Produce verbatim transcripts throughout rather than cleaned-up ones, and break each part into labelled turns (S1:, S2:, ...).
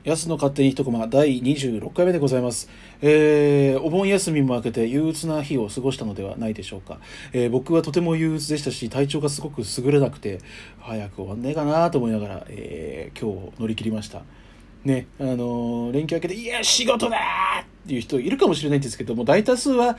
S1: やすの勝手に一コマだいにじゅうろっかいめでございます。えー、お盆休みも明けて憂鬱な日を過ごしたのではないでしょうか。えー、僕はとても憂鬱でしたし、体調がすごく優れなくて、早く終わんねえかなと思いながら、えー、今日を乗り切りました。ね、あのー、連休明けで、いや、仕事だーっていう人いるかもしれないんですけども、大多数は、はぁ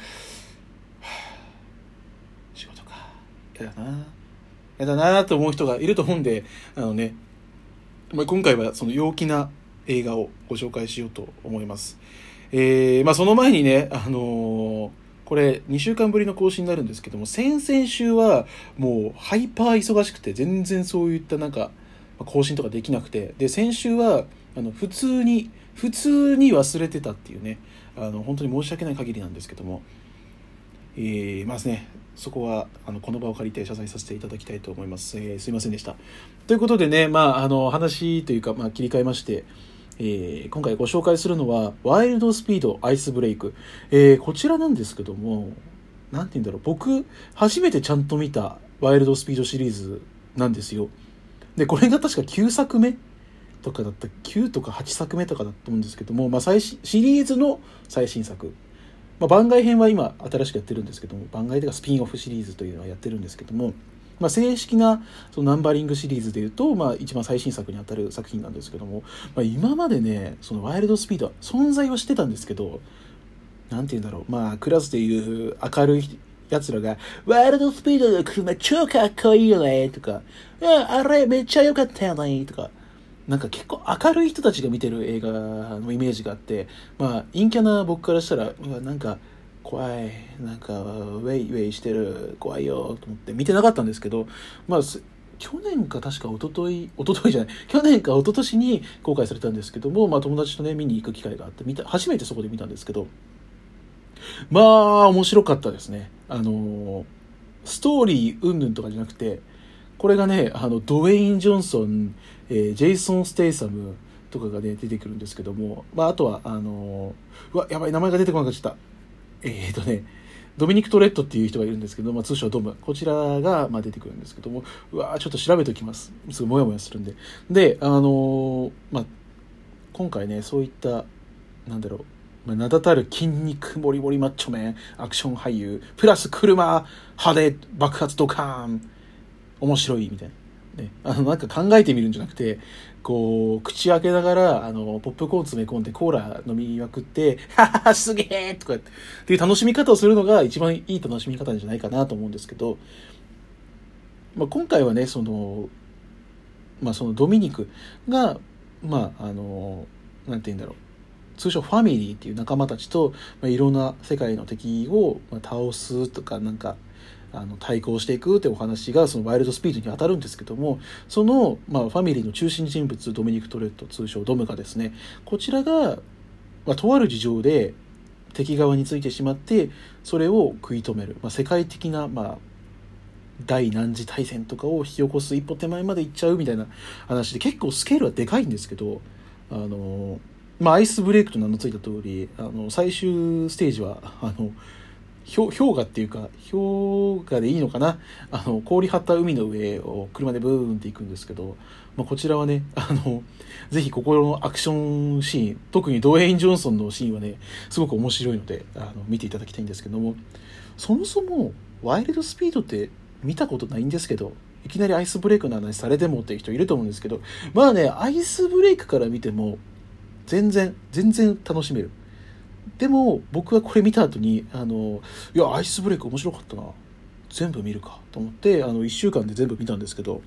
S1: 仕事か、やだなやだなと思う人がいると思うんで、あのね、まあ、今回はその陽気な映画をご紹介しようと思います。えー、まあその前にね、あのー、これにしゅうかんぶりの更新になるんですけども、先々週はもうハイパー忙しくて全然そういったなんか更新とかできなくて、で先週はあの普通に普通に忘れてたっていうね、あの本当に申し訳ない限りなんですけども、えー、まずねそこはあのこの場を借りて謝罪させていただきたいと思います。えー、すいませんでした。ということでね、まああの話というか、まあ、切り替えまして、えー、今回ご紹介するのはワイルドスピードアイスブレイク、えー、こちらなんですけども、なんて言うんだろう、僕初めてちゃんと見たワイルドスピードシリーズなんですよ。でこれが確かきゅうさくめとかだったきゅうとかはちさくめとかだと思うんですけども、まあ、最新シリーズの最新作、まあ、番外編は今新しくやってるんですけども、番外ではスピンオフシリーズというのはやってるんですけども、まあ、正式なそのナンバリングシリーズでいうと、まあ、一番最新作にあたる作品なんですけども、まあ、今までねそのワイルドスピードは存在はしてたんですけど、なんて言うんだろう、まあクラスでいう明るいやつらがワイルドスピードの車超かっこいいよねとか、あれめっちゃ良かったよねとか、なんか結構明るい人たちが見てる映画のイメージがあって、まあ陰キャな僕からしたら、うわなんか怖い、なんかウェイウェイしてる、怖いよと思って見てなかったんですけど、まあ去年か確か一昨日一昨日じゃない去年か一昨年に公開されたんですけども、まあ友達とね見に行く機会があって見た、初めてそこで見たんですけど、まあ面白かったですね。あのストーリー云々とかじゃなくて、これがね、あのドウェイン・ジョンソン、えー、ジェイソン・ステイサムとかがね出てくるんですけども、まあ、あとはあのー、うわやばい名前が出てこなくなっちゃった、えーとねドミニク・トレットっていう人がいるんですけど、まあ、通称ドム、こちらがまあ出てくるんですけども、うわちょっと調べておきます、すごいモヤモヤするんで。であのー、まあ今回ねそういったなんだろう、まあ、名だたる筋肉モリモリマッチョメンアクション俳優プラス車派手爆発ドカーン面白いみたいな、ね、あのなんか考えてみるんじゃなくて、こう口開けながらあのポップコーン詰め込んでコーラ飲みまくってハハハすげえとかっていう楽しみ方をするのが一番いい楽しみ方なんじゃないかなと思うんですけど、まあ、今回はねその、まあ、そのドミニクがまああのなんて言うんだろう、通称ファミリーっていう仲間たちと、まあ、いろんな世界の敵を倒すとか、なんかあの対抗していくってお話がそのワイルドスピードに当たるんですけども、その、まあ、ファミリーの中心人物ドミニク・トレット通称ドムがですね、こちらが、まあ、とある事情で敵側についてしまってそれを食い止める、まあ、世界的な、まあ、大難事大戦とかを引き起こす一歩手前まで行っちゃうみたいな話で、結構スケールはでかいんですけど、あのまあ、アイスブレイクと名の付いた通り、あの最終ステージはあの氷河っていうか氷河でいいのかな、あの氷張った海の上を車でブーンって行くんですけど、まあ、こちらはねあのぜひ心のアクションシーン、特にドウェイン・ジョンソンのシーンはねすごく面白いのであの見ていただきたいんですけども、そもそもワイルドスピードって見たことないんですけど、いきなりアイスブレイクの話されてもっていう人いると思うんですけど、まあねアイスブレイクから見ても全然全然楽しめる。でも僕はこれ見た後にあのいやアイスブレイク面白かったな、全部見るかと思ってあのいっしゅうかんで全部見たんですけど、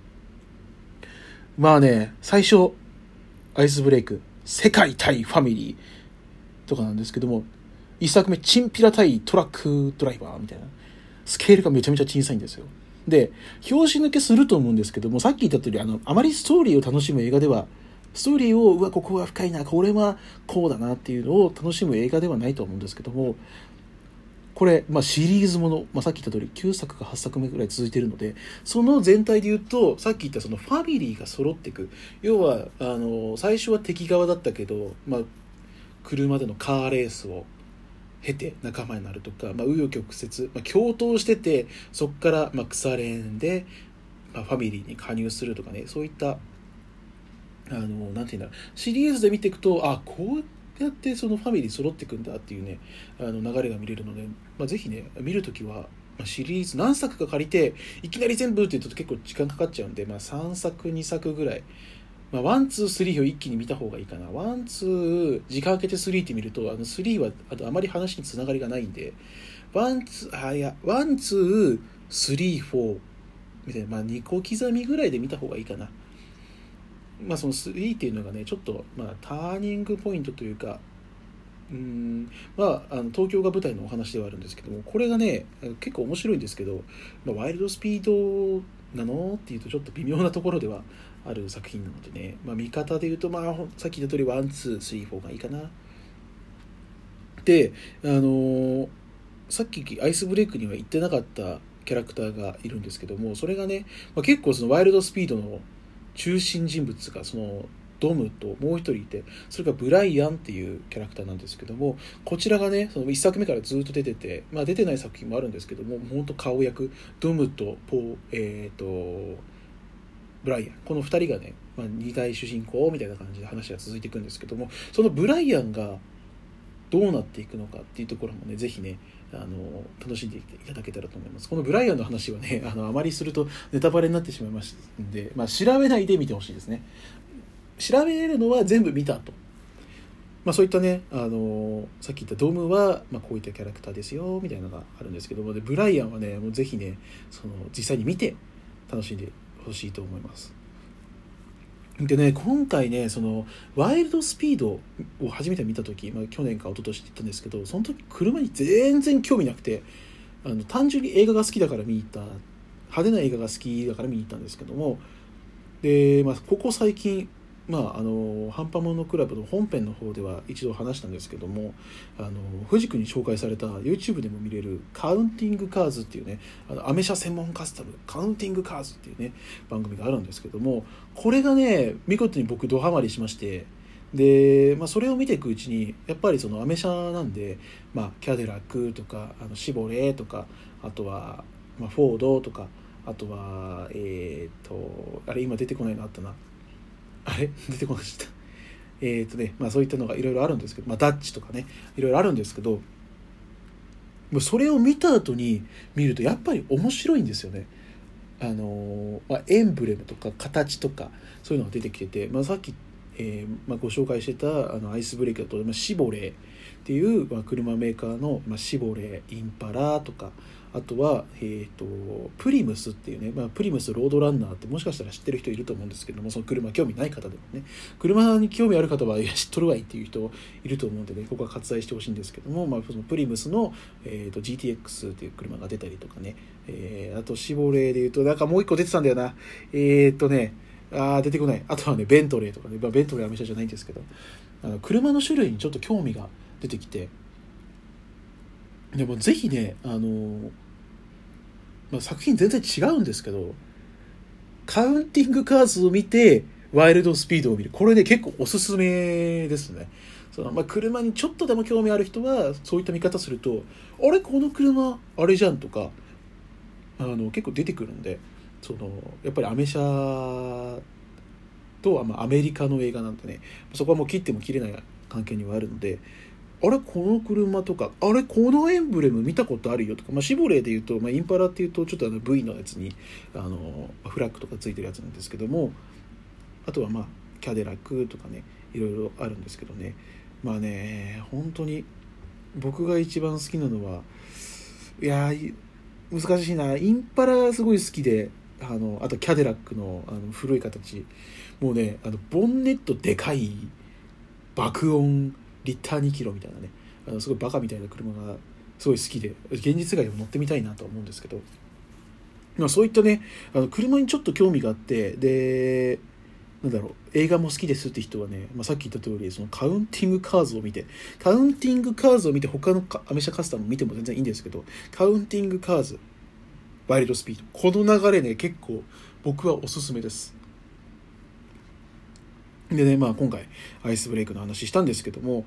S1: まあね最初アイスブレイク世界対ファミリーとかなんですけども、いっさくめチンピラ対トラックドライバーみたいな、スケールがめちゃめちゃ小さいんですよ。で拍子抜けすると思うんですけども、さっき言った通りあのあまりストーリーを楽しむ映画では、ストーリーをうわここは深いな、これはこうだなっていうのを楽しむ映画ではないと思うんですけども、これ、まあ、シリーズもの、まあ、さっき言った通りきゅうさくかはっさくめぐらい続いているので、その全体で言うとさっき言ったそのファミリーが揃っていく、要はあの最初は敵側だったけど、まあ、車でのカーレースを経て仲間になるとか、まあ、紆余曲折、まあ、共闘しててそこからまあ腐れ縁で、まあ、ファミリーに加入するとかね、そういったあのなんていうんだろう、シリーズで見ていくと、あ、こうやってそのファミリー揃っていくんだっていうね、あの流れが見れるので、まあ、ぜひね見るときは、まあ、シリーズ何作か借りていきなり全部って言うと結構時間かかっちゃうんで、まあ、さんさくにさくぐらい、まあ、ワンツースリーを一気に見た方がいいかな。ワンツー時間空けてスリーって見ると、あのスリーはあとあまり話につながりがないんで、ワンツーあいやワンツースリーフォーみたいな、まあ、にこ刻みぐらいで見た方がいいかな。まあ、そのスリーっていうのがねちょっと、まあ、ターニングポイントというか、うーんまあ、あの東京が舞台のお話ではあるんですけども、これがね結構面白いんですけど、まあ、ワイルドスピードなのっていうとちょっと微妙なところではある作品なのでね、まあ、見方で言うと、まあ、さっき言った通りワンツースリーフォーがいいかな。で、あのーさっきアイスブレイクには言ってなかったキャラクターがいるんですけども、それがね、まあ、結構そのワイルドスピードの中心人物がそのドムともう一人いて、それがブライアンっていうキャラクターなんですけども、こちらがねそのいっさくめからずっと出てて、まあ、出てない作品もあるんですけども、本当顔役ドムとポー、えー、とブライアン、このふたりがね、まあ、に大主人公みたいな感じで話が続いていくんですけども、そのブライアンがどうなっていくのかっていうところもね、ぜひねあの楽しんでいただけたらと思います。このブライアンの話はね、あのあまりするとネタバレになってしまいますんで、まあ、調べないで見てほしいですね。調べるのは全部見た後、まあ、そういったね、あのさっき言ったドームは、まあ、こういったキャラクターですよみたいなのがあるんですけども、でブライアンはねもうぜひねその実際に見て楽しんでほしいと思います。でね、今回ねそのワイルドスピードを初めて見た時、まあ、去年か一昨年って言ったんですけど、その時車に全然興味なくて、あの単純に映画が好きだから見に行った、派手な映画が好きだから見に行ったんですけども、で、まあ、ここ最近、まあ、あのハンパモノクラブの本編の方では一度話したんですけども、あの藤君に紹介された YouTube でも見れるカウンティングカーズっていうね、あのアメ車専門カスタムカウンティングカーズっていうね番組があるんですけども、これがね見事に僕ドハマりしまして、で、まあ、それを見ていくうちにやっぱりそのアメ車なんで、まあ、キャデラックとかあのシボレーとか、あとは、まあ、フォードとか、あとはえっ、とあれ今出てこないのあったな、あれ出てこました。えっ、とね、まあそういったのがいろいろあるんですけど、まあダッチとかね、いろいろあるんですけど、もうそれを見た後に見るとやっぱり面白いんですよね。あのーまあ、エンブレムとか形とかそういうのが出てきてて、まあ、さっき、えーまあ、ご紹介してたあのアイスブレイクだと、まあ、シボレーっていう、まあ、車メーカーの、まあ、シボレーインパラとか、あとは、えー、とプリムスっていうね、まあ、プリムスロードランナーってもしかしたら知ってる人いると思うんですけども、その車興味ない方でもね、車に興味ある方はいや知っとるわいっていう人いると思うんでね、ここは割愛してほしいんですけども、まあ、そのプリムスの、えー、と ジーティーエックス っていう車が出たりとかね、えー、あとシボレーでいうとなんかもう一個出てたんだよな、えー、っとねあ出てこない、あとはねベントレーとかね、まあ、ベントレーはアメ車じゃないんですけど、あの車の種類にちょっと興味が出てきて、でもぜひね、あのーまあ、作品全然違うんですけど、カウンティングカーズを見てワイルドスピードを見る、これね結構おすすめですね。その、まあ、車にちょっとでも興味ある人はそういった見方すると、あれこの車あれじゃんとか、あの結構出てくるんで、そのやっぱりアメ車とは、まあ、アメリカの映画なんでね、そこはもう切っても切れない関係にはあるので、あれこの車とか、あれこのエンブレム見たことあるよとか、まあ、シボレーでいうと、まあ、インパラっていうとちょっとあの V のやつにあのフラッグとかついてるやつなんですけども、あとはまあキャデラックとかね、いろいろあるんですけどね、まあね本当に僕が一番好きなのは、いや難しいな、インパラすごい好きで、あのあとキャデラックのあの古い形、もうねあのボンネットでかい爆音リッターにキロみたいなね、あのすごいバカみたいな車がすごい好きで、現実界でも乗ってみたいなと思うんですけど、まあ、そういったねあの車にちょっと興味があって、でなんだろう映画も好きですって人はね、まあ、さっき言った通りそのカウンティングカーズを見てカウンティングカーズを見て他のアメ車カスタム見ても全然いいんですけど、カウンティングカーズワイルドスピード、この流れね結構僕はおすすめです。でね、まあ今回アイスブレイクの話したんですけども、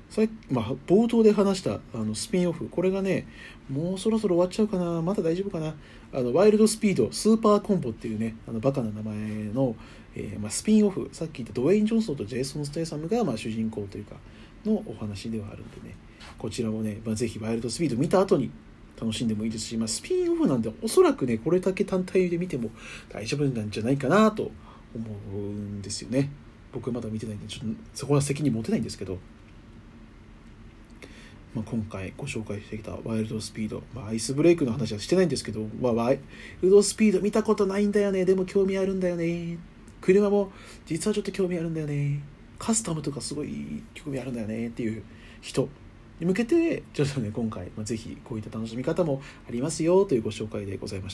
S1: さっき、まあ、冒頭で話したあのスピンオフ、これがねもうそろそろ終わっちゃうかな、まだ大丈夫かな。あのワイルドスピードスーパーコンボっていうね、あのバカな名前の、えーまあ、スピンオフ、さっき言ったドウェイン・ジョンソンとジェイソン・ステイサムが、まあ、主人公というかのお話ではあるんでね、こちらもね、まあ、ぜひワイルドスピード見た後に楽しんでもいいですし、まあ、スピンオフなんでおそらくねこれだけ単体で見ても大丈夫なんじゃないかなと思うんですよね。僕はまだ見てないんでちょっとそこは責任持てないんですけど、まあ、今回ご紹介してきたワイルドスピード、まあ、アイスブレイクの話はしてないんですけど、まあ、ワイルドスピード見たことないんだよね、でも興味あるんだよね、車も実はちょっと興味あるんだよね、カスタムとかすごい興味あるんだよねっていう人に向けてちょっとね今回、まあ、ぜひこういった楽しみ方もありますよというご紹介でございました。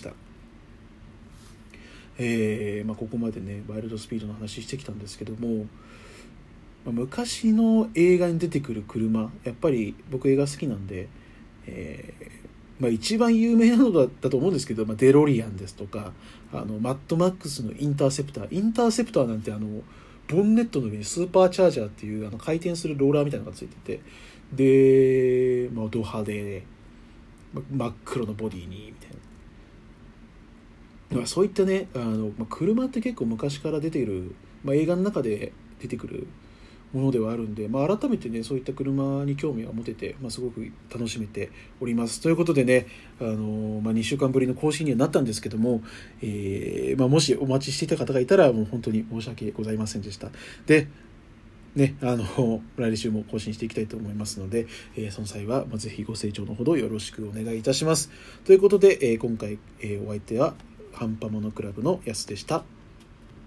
S1: えーまあ、ここまでねワイルドスピードの話してきたんですけども、まあ、昔の映画に出てくる車、やっぱり僕映画好きなんで、えーまあ、一番有名なのだったと思うんですけど、まあ、デロリアンですとか、あのマッドマックスのインターセプターインターセプターなんてあのボンネットの上にスーパーチャージャーっていうあの回転するローラーみたいなのがついてて、で、まあ、ド派手で真っ黒のボディにみたいな、まあ、そういったねあの、まあ、車って結構昔から出ている、まあ、映画の中で出てくるものではあるんで、まあ、改めてねそういった車に興味が持てて、まあ、すごく楽しめております。ということでね、あのまあ、にしゅうかんぶりの更新にはなったんですけども、えーまあ、もしお待ちしていた方がいたらもう本当に申し訳ございませんでした。でね、あの来週も更新していきたいと思いますので、えー、その際は、まあ、ぜひご清聴のほどよろしくお願いいたします。ということで、えー、今回、えー、お相手はハンパモノクラブのやすでした。